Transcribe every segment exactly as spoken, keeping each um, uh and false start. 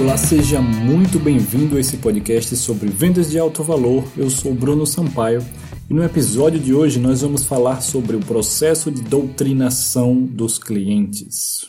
Olá, seja muito bem-vindo a esse podcast sobre vendas de alto valor. Eu sou Bruno Sampaio e no episódio de hoje nós vamos falar sobre o processo de doutrinação dos clientes.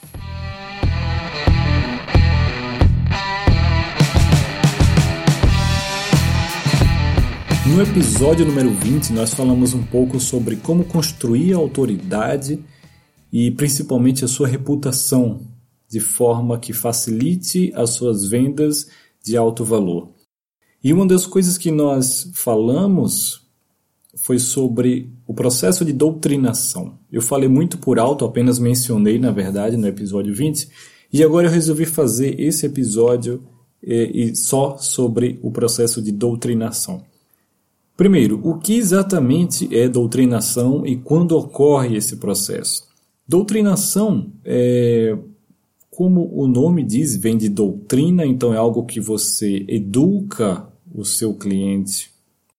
No episódio número vinte, nós falamos um pouco sobre como construir a autoridade e principalmente a sua reputação, de forma que facilite as suas vendas de alto valor. E uma das coisas que nós falamos foi sobre o processo de doutrinação. Eu falei muito por alto, apenas mencionei, na verdade, no episódio vinte, e agora eu resolvi fazer esse episódio eh, só sobre o processo de doutrinação. Primeiro, o que exatamente é doutrinação e quando ocorre esse processo? Doutrinação, é, como o nome diz, vem de doutrina, então é algo que você educa o seu cliente.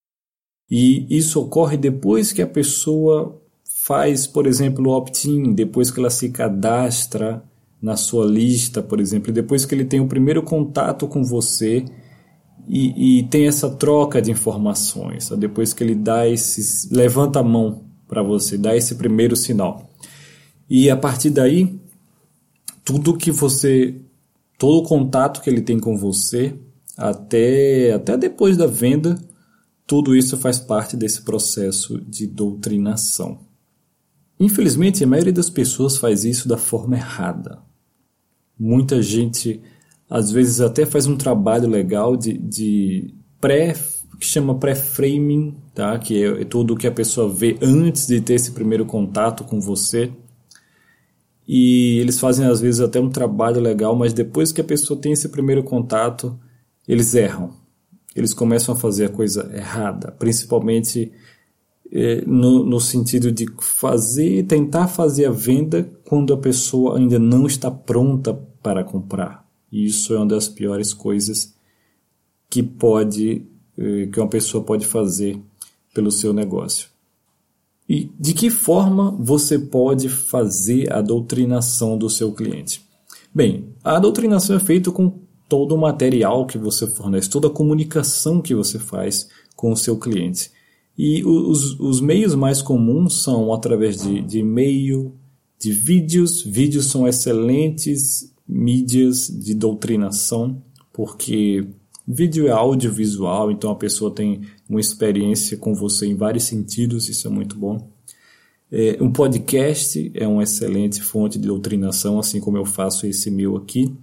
E isso ocorre depois que a pessoa faz, por exemplo, o opt-in, depois que ela se cadastra na sua lista, por exemplo, depois que ele tem o primeiro contato com você, E, e tem essa troca de informações, tá? Depois que ele dá esse, levanta a mão para você, dá esse primeiro sinal. E a partir daí, tudo que você, todo o contato que ele tem com você, até, até depois da venda, tudo isso faz parte desse processo de doutrinação. Infelizmente, a maioria das pessoas faz isso da forma errada. Muita gente às vezes até faz um trabalho legal de, de pré, que chama pré-framing, tá? Que é, é tudo o que a pessoa vê antes de ter esse primeiro contato com você. E eles fazem às vezes até um trabalho legal, mas depois que a pessoa tem esse primeiro contato, eles erram. Eles começam a fazer a coisa errada, principalmente é, no, no sentido de fazer, tentar fazer a venda quando a pessoa ainda não está pronta para comprar. E isso é uma das piores coisas que, pode, que uma pessoa pode fazer pelo seu negócio. E de que forma você pode fazer a doutrinação do seu cliente? Bem, a doutrinação é feita com todo o material que você fornece, toda a comunicação que você faz com o seu cliente. E os, os meios mais comuns são através de, de e-mail, de vídeos. Vídeos são excelentes mídias de doutrinação, porque vídeo é audiovisual, então a pessoa tem uma experiência com você em vários sentidos, isso é muito bom. É, um podcast é uma excelente fonte de doutrinação, assim como eu faço esse meu aqui.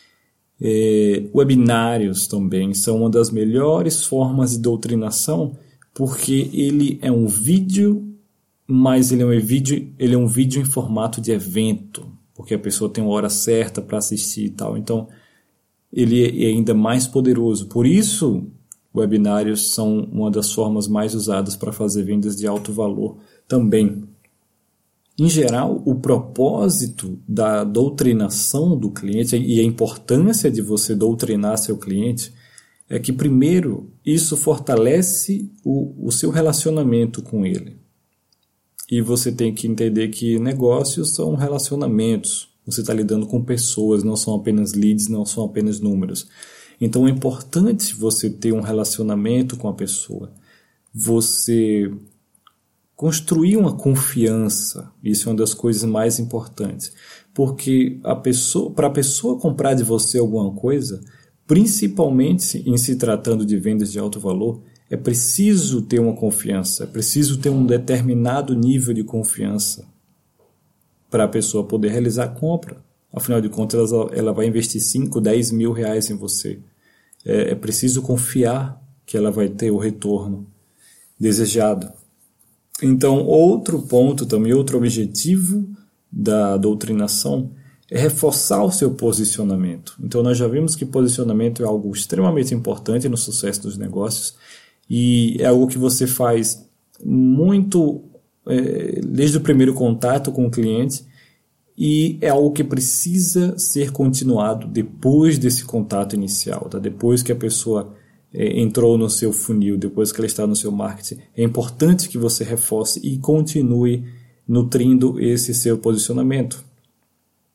É, webinários também são uma das melhores formas de doutrinação, porque ele é um vídeo, mas ele é um vídeo, ele é um vídeo em formato de evento, porque a pessoa tem uma hora certa para assistir e tal. Então, ele é ainda mais poderoso. Por isso, webinários são uma das formas mais usadas para fazer vendas de alto valor também. Em geral, o propósito da doutrinação do cliente e a importância de você doutrinar seu cliente é que, primeiro, isso fortalece o, o seu relacionamento com ele. E você tem que entender que negócios são relacionamentos. Você está lidando com pessoas, não são apenas leads, não são apenas números. Então é importante você ter um relacionamento com a pessoa. Você construir uma confiança. Isso é uma das coisas mais importantes. Porque a pessoa, para a pessoa comprar de você alguma coisa, principalmente em se tratando de vendas de alto valor, é preciso ter uma confiança, é preciso ter um determinado nível de confiança para a pessoa poder realizar a compra. Afinal de contas, ela, ela vai investir cinco, dez mil reais em você. É, é preciso confiar que ela vai ter o retorno desejado. Então, outro ponto também, outro objetivo da doutrinação é reforçar o seu posicionamento. Então, nós já vimos que posicionamento é algo extremamente importante no sucesso dos negócios. E é algo que você faz muito é, desde o primeiro contato com o cliente e é algo que precisa ser continuado depois desse contato inicial, tá? Depois que a pessoa é, entrou no seu funil, depois que ela está no seu marketing. É importante que você reforce e continue nutrindo esse seu posicionamento.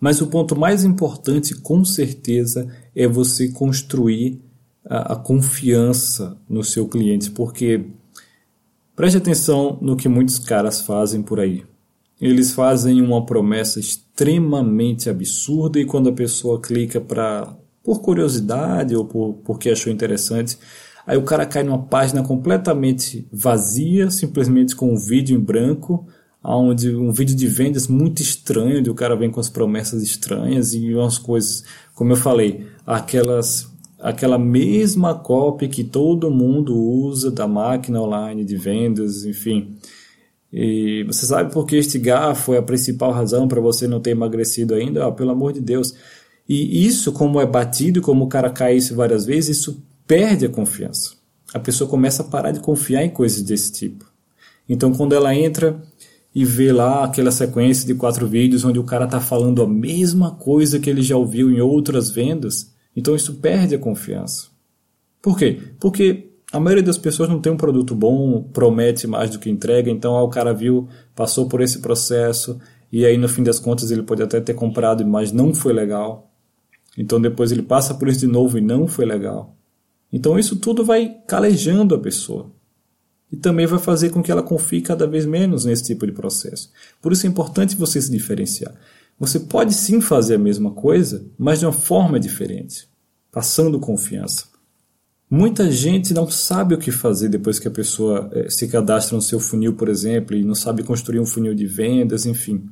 Mas o ponto mais importante, com certeza, é você construir a, a confiança no seu cliente, porque preste atenção no que muitos caras fazem por aí. Eles fazem uma promessa extremamente absurda e quando a pessoa clica pra, por curiosidade ou por, porque achou interessante, aí o cara cai numa página completamente vazia, simplesmente com um vídeo em branco, onde um vídeo de vendas muito estranho, onde o cara vem com as promessas estranhas e umas coisas, como eu falei, aquelas, aquela mesma cópia que todo mundo usa da máquina online de vendas, enfim. E você sabe por que este garfo é a principal razão para você não ter emagrecido ainda? Ah, pelo amor de Deus. E isso, como é batido e como o cara cai isso várias vezes, isso perde a confiança. A pessoa começa a parar de confiar em coisas desse tipo. Então, quando ela entra e vê lá aquela sequência de quatro vídeos onde o cara está falando a mesma coisa que ele já ouviu em outras vendas, então isso perde a confiança. Por quê? Porque a maioria das pessoas não tem um produto bom, promete mais do que entrega, então ah, o cara viu, passou por esse processo, e aí no fim das contas ele pode até ter comprado, mas não foi legal. Então depois ele passa por isso de novo e não foi legal. Então isso tudo vai calejando a pessoa. E também vai fazer com que ela confie cada vez menos nesse tipo de processo. Por isso é importante você se diferenciar. Você pode sim fazer a mesma coisa, mas de uma forma diferente, passando confiança. Muita gente não sabe o que fazer depois que a pessoa eh, se cadastra no seu funil, por exemplo, e não sabe construir um funil de vendas, enfim.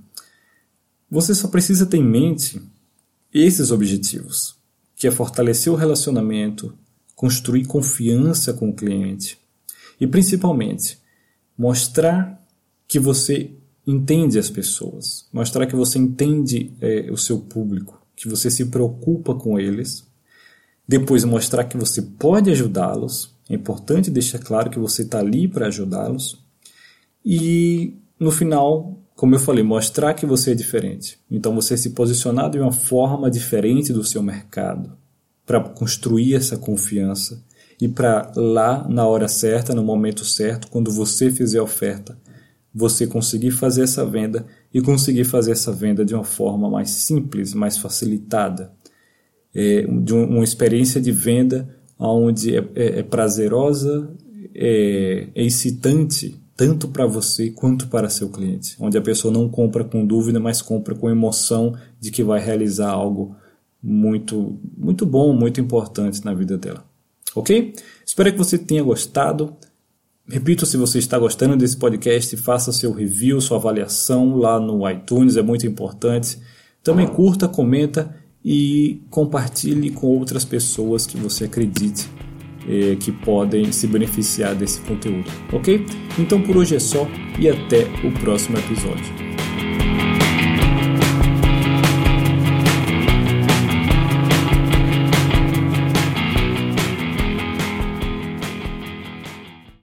Você só precisa ter em mente esses objetivos, que é fortalecer o relacionamento, construir confiança com o cliente, e principalmente, mostrar que você entende as pessoas, mostrar que você entende é, o seu público, que você se preocupa com eles. Depois, mostrar que você pode ajudá-los. É importante deixar claro que você está ali para ajudá-los. E, no final, como eu falei, mostrar que você é diferente. Então, você se posicionar de uma forma diferente do seu mercado para construir essa confiança. E para lá, na hora certa, no momento certo, quando você fizer a oferta, você conseguir fazer essa venda e conseguir fazer essa venda de uma forma mais simples, mais facilitada. É, de uma experiência de venda onde é, é, é prazerosa, é, é excitante, tanto para você quanto para seu cliente. Onde a pessoa não compra com dúvida, mas compra com emoção de que vai realizar algo muito, muito bom, muito importante na vida dela. Ok? Espero que você tenha gostado. Repito, se você está gostando desse podcast, faça seu review, sua avaliação lá no iTunes, é muito importante. Também curta, comenta e compartilhe com outras pessoas que você acredite eh, que podem se beneficiar desse conteúdo. Ok? Então por hoje é só e até o próximo episódio.